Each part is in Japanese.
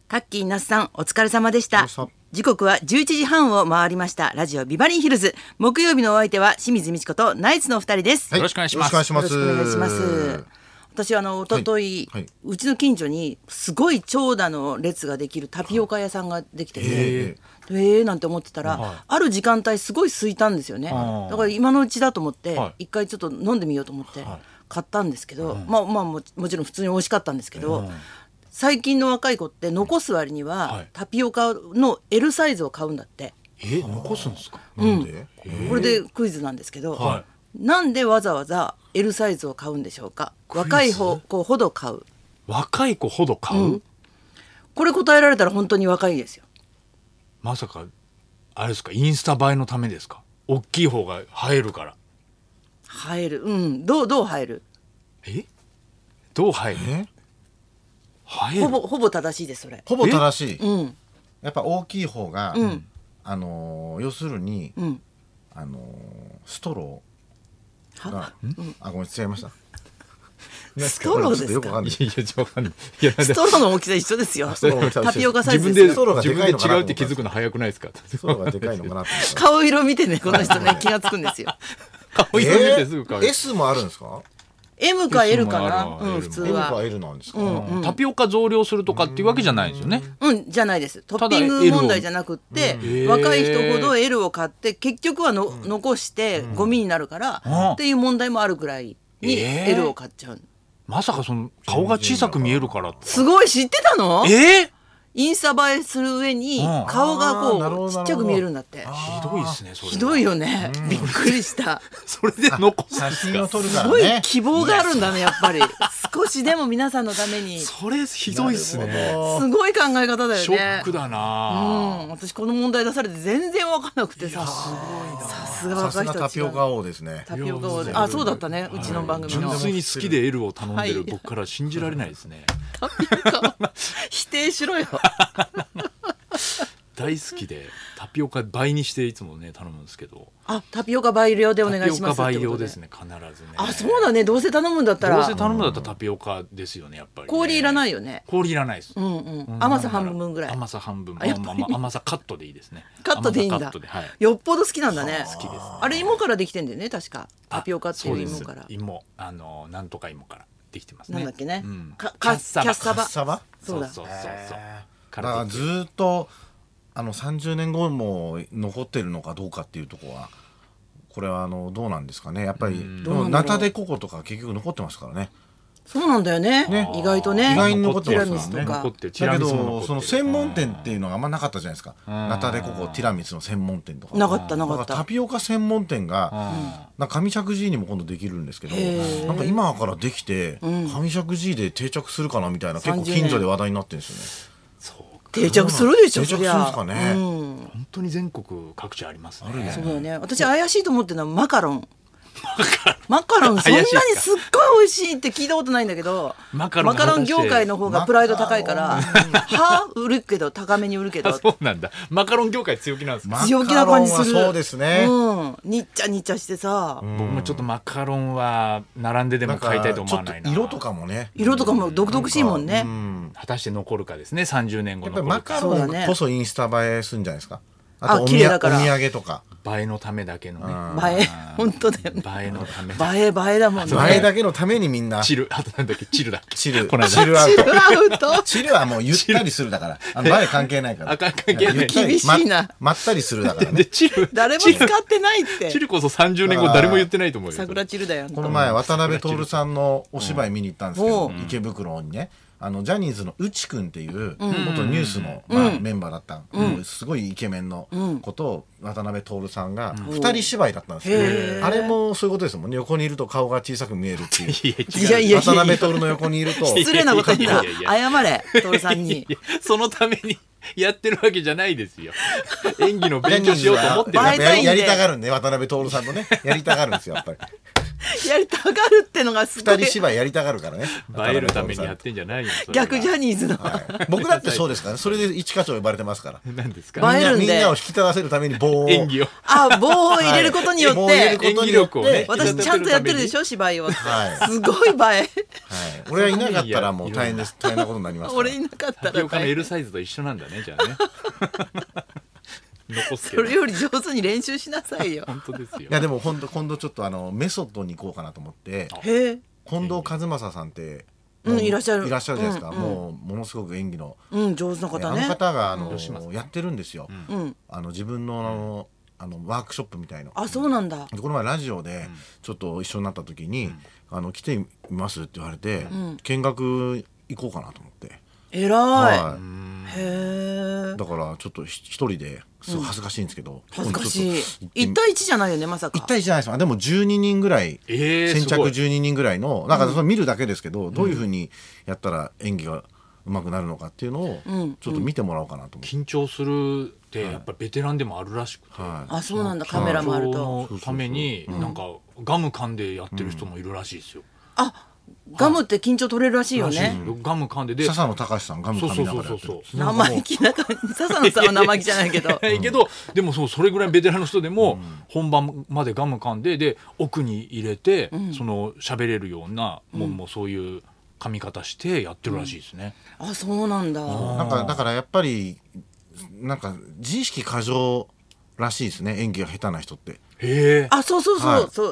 カッキー那須さんお疲れ様でした。時刻は11時半を回りました。ラジオビバリンヒルズ、木曜日のお相手は清水美智子とナイツのお二人です、 よろしくお願いします。 よろしくお願いします。私一昨日、うちの近所にすごい長蛇の列ができるタピオカ屋さんができてて、なんて思ってたら、ある時間帯すごい空いたんですよね。だから今のうちだと思って、一回ちょっと飲んでみようと思って買ったんですけど、もちろん普通に美味しかったんですけど、最近の若い子って残す割には、タピオカの L サイズを買うんだって。 残すんですか？ なんで？これでクイズなんですけど、なんでわざわざ L サイズを買うんでしょうか？若い子ほど買う。 若い子ほど買う？ これ答えられたら本当に若いですよ。 まさかあれですか、インスタ映えのためですか？大きい方が映えるから。 映える。どう映える？ どう映える？ ほぼ正しいです。それほぼ正しい。やっぱ大きい方が、要するに、ストローが、ごめん違いました。 ストローですか？ よくわかんない。 ストローの大きさ一緒ですよ。タピオカサイズですよ。 ストローが自分ででかいのかな違うって気づくの早くないですか？ ストローがでかいのかなって。 顔色見てね、この人ね気がつくんですよ。 顔色見てすぐ買う。 S もあるんですか ？M か L かな。普通 ？M はか L なんですか？ タピオカ増量するとかっていうわけじゃないですよね。 じゃないです。トッピング問題じゃなくって、若い人ほど L を買って結局は残してゴミになるからっていう問題もあるぐらいに L を買っちゃう。 まさかその顔が小さく見えるから。 すごい知ってたの？インスタ映えする上に顔がこうちっちゃく見えるんだって。 ひどいですね。それひどいよね。びっくりした。 それで残すん写ですか？ 真を撮るかすごいらね。 希望があるんだね、やっぱり。少しでも皆さんのために。 それひどいっすね。 すごい考え方だよね。 ショックだな。 私この問題出されて全然分からなくてさ。さすが若い人たち。 タピオカ王ですね。 タピオカ王で。あ、そうだったね。うちの番組の。 純粋に好きで L を頼んでる僕から信じられないですね。 タピオカ否定しろよ。 大好きでタピオカ倍にしていつもね頼むんですけど。 タピオカ倍量でお願いします。 タピオカ倍量ですね、必ずね。 そうだね。どうせ頼むんだったら。 どうせ頼むんだったらタピオカですよね、やっぱり。 氷いらないよね。 氷いらないです。 甘さ半分ぐらい。 甘さ半分。甘さカットでいいですね。 カットでいいんだ。よっぽど好きなんだね。 好きです。 あれ芋からできてんだよね、確か。タピオカっていう芋から。 芋、なんとか芋からできてますね。 なんだっけね。 キャッサバ。 そうだ。 だからずっと30年後も残ってるのかどうかっていうところは、これはどうなんですかね。やっぱりナタデココとか結局残ってますからね。 そうなんだよね。意外とね。 意外に残ってティラますミスとか。 だけどその専門店っていうのがあんまなかったじゃないですか。ナタデココティラミスの専門店とかなかった。 だからタピオカ専門店がなんか上石神井にも今度できるんですけど、なんか今からできて上石神井で定着するかなみたいな、結構近所で話題になってるんですよね。 定着するでしょ。 定着するんですかね。 本当に全国各地ありますね。 そうだよね。私怪しいと思ってるのはマカロン。マカロンそんなにすっごい美味しいって聞いたことないんだけど、マカロン業界の方がプライド高いから売るけど高めに売るけど。 そうなんだ。マカロン業界強気なんですか？ 強気な感じする。 そうですね。 にっちゃにっちゃしてさ。 僕もちょっとマカロンは並んででも買いたいと思わないな。 色とかもね。 色とかも独々しいもんね。 果たして残るかですね。30年後の。 マカロンこそインスタ映えするんじゃないですか。 あとお土産とか映えのためだけのね。 本当だよね。 映えのため。 映えだもんね。 映えだけのためにみんな。 あとなんだっけ、チルだっけ。 チルアウト。 チルはもうゆったりするだから。映え関係ないから。 関係ない。 厳しいな。 まったりするだからね。 誰も使ってないって。 チルこそ30年後誰も言ってないと思うよ。 桜チルだよ。 この前渡辺徹さんのお芝居見に行ったんですけど、池袋にね。ジャニーズの内くんっていう元ニュースのメンバーだったすごいイケメンのことを渡辺徹さんが2人芝居だったんですけど、あれもそういうことですもんね。横にいると顔が小さく見えるっていう。渡辺徹の横にいると失礼なこと言った。謝れ徹さんに。 そのためにやってるわけじゃないですよ。演技の勉強しようと思ってやりたがるんで、渡辺徹さんとねやりたがるんですよ、やっぱり。 やりたがるってのがすごい。 二人芝居やりたがるからね。 映えるためにやってんじゃないよ。 逆ジャニーズの。 僕だってそうですからね。それで一課長呼ばれてますから。 何ですか。 映えるんでみんなを引き立たせるために棒を。 演技を。 棒を入れることによって。 演技力をね。 私ちゃんとやってるでしょ芝居を。すごい映え。 俺がいなかったらもう大変です。大変なことになります。 俺いなかったら。 タピオカの L サイズと一緒なんだねじゃあね。残すけど。 それより上手に練習しなさいよ。 本当ですよ。いやでも今度ちょっとメソッドに行こうかなと思って。近藤和正さんって。 いらっしゃるじゃないですか。もうものすごく演技の上手な方ね。 方がやってるんですよ。自分のワークショップみたいの。 あ、そうなんだ。 この前ラジオでちょっと一緒になった時に来てみますって言われて見学行こうかなと思って。 えらい。 だからちょっと一人ですごい恥ずかしいんですけど。 恥ずかしい。1対1じゃないよねまさか。 1対1じゃないです。でも12人ぐらい先着12人ぐらいのなんかそれ見るだけですけどどういうふうにやったら演技がうまくなるのかっていうのをちょっと見てもらおうかなと思って。 緊張するってやっぱベテランでもあるらしくて。 あ、そうなんだ。カメラもあると。 そのためになんかガム噛んでやってる人もいるらしいですよ。 あ、ガムって緊張取れるらしいよね。 ガム噛んで笹野隆さんガム噛みながらやってる。 生意気な感じ。笹野さんは生意気じゃないけど。 でもそれぐらいベテランの人でも本番までガム噛んで奥に入れて喋れるようなもうそういう噛み方してやってるらしいですね。 あ、そうなんだ。 だからやっぱりなんか自意識過剰らしいですね演技が下手な人って。 へえ。 あ、そう。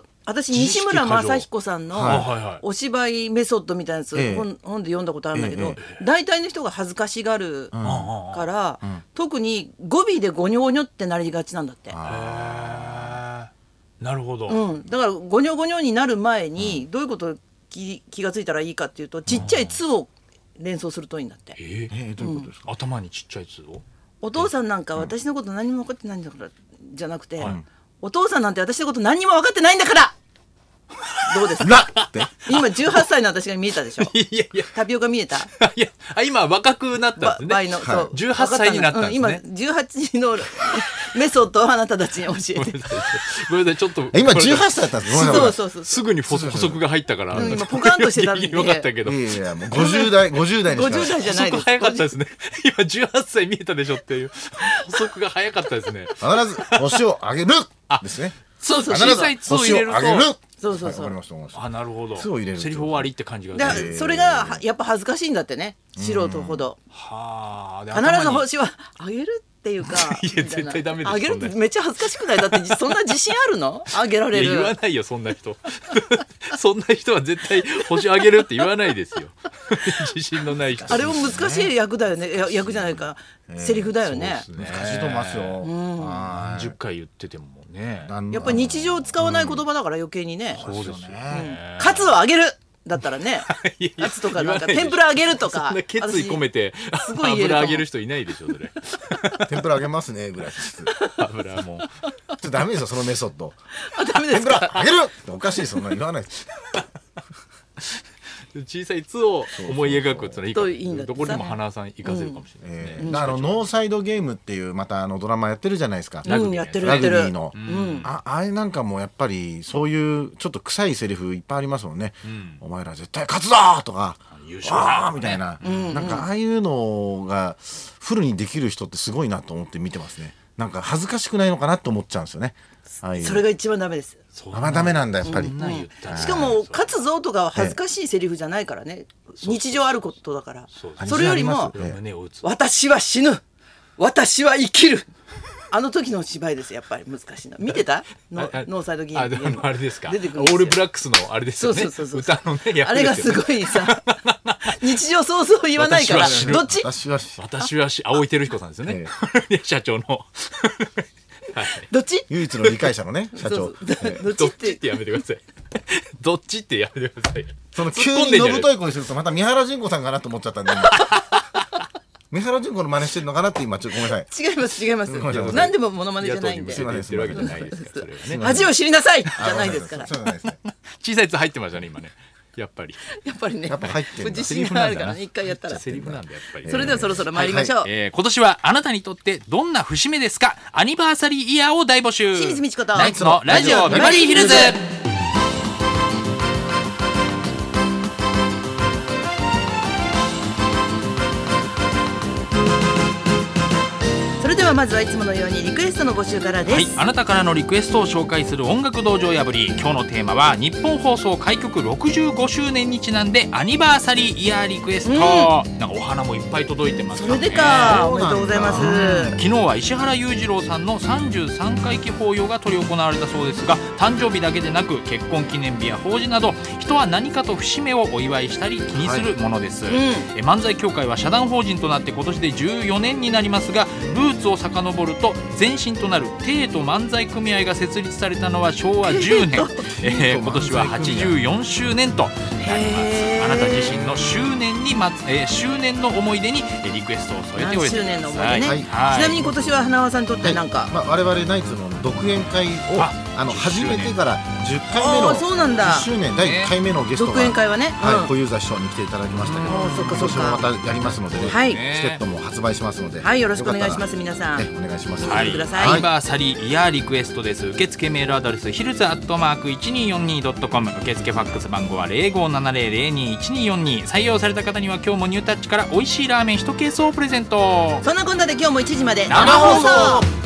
私西村雅彦さんのお芝居メソッドみたいなやつ本で読んだことあるんだけど大体の人が恥ずかしがるから特に語尾でゴニョゴニョってなりがちなんだって。 なるほど。 だからゴニョゴニョになる前にどういうこと気がついたらいいかっていうとちっちゃい「つ」を連想するといいんだって。 どういうことですか。 頭にちっちゃい「つ」を。 お父さんなんか私のこと何も分かってないんだからじゃなくてお父さんなんて私のこと何にも分かってないんだからどうですかって今18歳の私が見えたでしょ。いやタピオカ見えた。 いや今若くなったんですね。18歳になったんですね。 今18のメソッドをあなたたちに教えて。 ごめんなさいちょっと今18歳だったんです。 そうすぐに補足が入ったから今ポカンとしてたんでよかったけど。 いやもう50代 50代じゃないです。 早かったですね。今18歳見えたでしょっていう補足が早かったですね。 必ず星をあげるですね。 そう小さい「つ」を入れると。 そうあ、なるほど。 セリフ終わりって感じが。 それがやっぱ恥ずかしいんだってね素人ほど。 はあ。 必ず星はあげるっていうか。 いや絶対ダメです。 あげるってめっちゃ恥ずかしくない。だってそんな自信あるの？あげられる。 言わないよそんな人。そんな人は絶対星あげるって言わないですよ。自信のない人。 あれも難しい役だよね。役じゃないかセリフだよね。 難しいと思いますよ。 何十回言っててもね。 やっぱり日常使わない言葉だから余計にね。 そうですよね。 カツをあげるだったらね。カツとかなんか天ぷらあげるとか。 そんな決意込めて油あげる人いないでしょそれ。 天ぷらあげますねぐらい。 油も。 ダメですよそのメソッド。 ダメですか。 天ぷらあげるっておかしいそんな言わないです。 小さい「つ」を思い描くってのはいいかどこでも花さん活かせるかもしれないですね。 ノーサイドゲームっていうまたドラマやってるじゃないですか。 ラグビーのあれなんかもやっぱりそういうちょっと臭いセリフいっぱいありますもんね。お前ら絶対勝つぞとかあーみたいななんかああいうのがフルにできる人ってすごいなと思って見てますね。なんか恥ずかしくないのかなと思っちゃうんですよね。 それが一番ダメです。 ダメなんだやっぱり。 しかも勝つぞとかは恥ずかしいセリフじゃないからね。日常あることだから。それよりも私は死ぬ私は生きるあの時の芝居ですやっぱり難しいの。見てたノーサイドゲーム。 あれですか。オールブラックスのあれですよね。歌のね。 あれがすごいさ日常そうそう言わないからどっち。 私は青井輝彦さんですよね。社長の。 どっち？ 唯一の理解者のね社長。 どっちってやめてください。どっちってやめてください。 その急にのぶとい声するとまた三原純子さんかなと思っちゃったんで。三原純子の真似してるのかなって今ちょっとごめんなさい。 違います。何でもモノマネじゃないんで。 恥を知りなさいじゃないですから。 小さい「つ」入ってましたね今ね。やっぱりね。 やっぱ入ってる。 自信があるからね一回やったら。 セリフなんだやっぱり。 それではそろそろ参りましょう。 今年はあなたにとってどんな節目ですか。アニバーサリーイヤーを大募集。 清水美智子とナイツのラジオビバリーヒルズ。 れではまずはいつものようにリクエストの募集からです。 はい、あなたからのリクエストを紹介する音楽道場破り。今日のテーマは日本放送開局65周年にちなんでアニバーサリーイヤーリクエスト、なんかお花もいっぱい届いてますからね。 それでか、おめでとうございます。 昨日は石原裕次郎さんの33回忌法要が執り行われたそうですが、誕生日だけでなく結婚記念日や法事など人は何かと節目をお祝いしたり気にするものです、漫才協会は社団法人となって今年で14年になりますが、ルーツを遡ると前身となる帝都漫才組合が設立されたのは昭和10年今年は84周年となります。あなた自身の周年の思い出にリクエストを添えておいてください。 周年の思い出ね、ちなみに今年は花輪さんにとって何か、 我々ナイツの独演会を始めてから10回目の10周年第1回目のゲストが独演会はね、 小遊三師匠に来ていただきましたけど、今年もまたやりますのでね、チケットも発売しますので、 よろしくお願いします。皆さんお願いします。 アニバーサリーイヤーリクエストです。受付メールアドレスヒルズ@1242.com、受付ファックス番号は0570021242。採用された方には今日もニュータッチから美味しいラーメン1ケースをプレゼント。 そんなこんなで今日も1時まで生放送。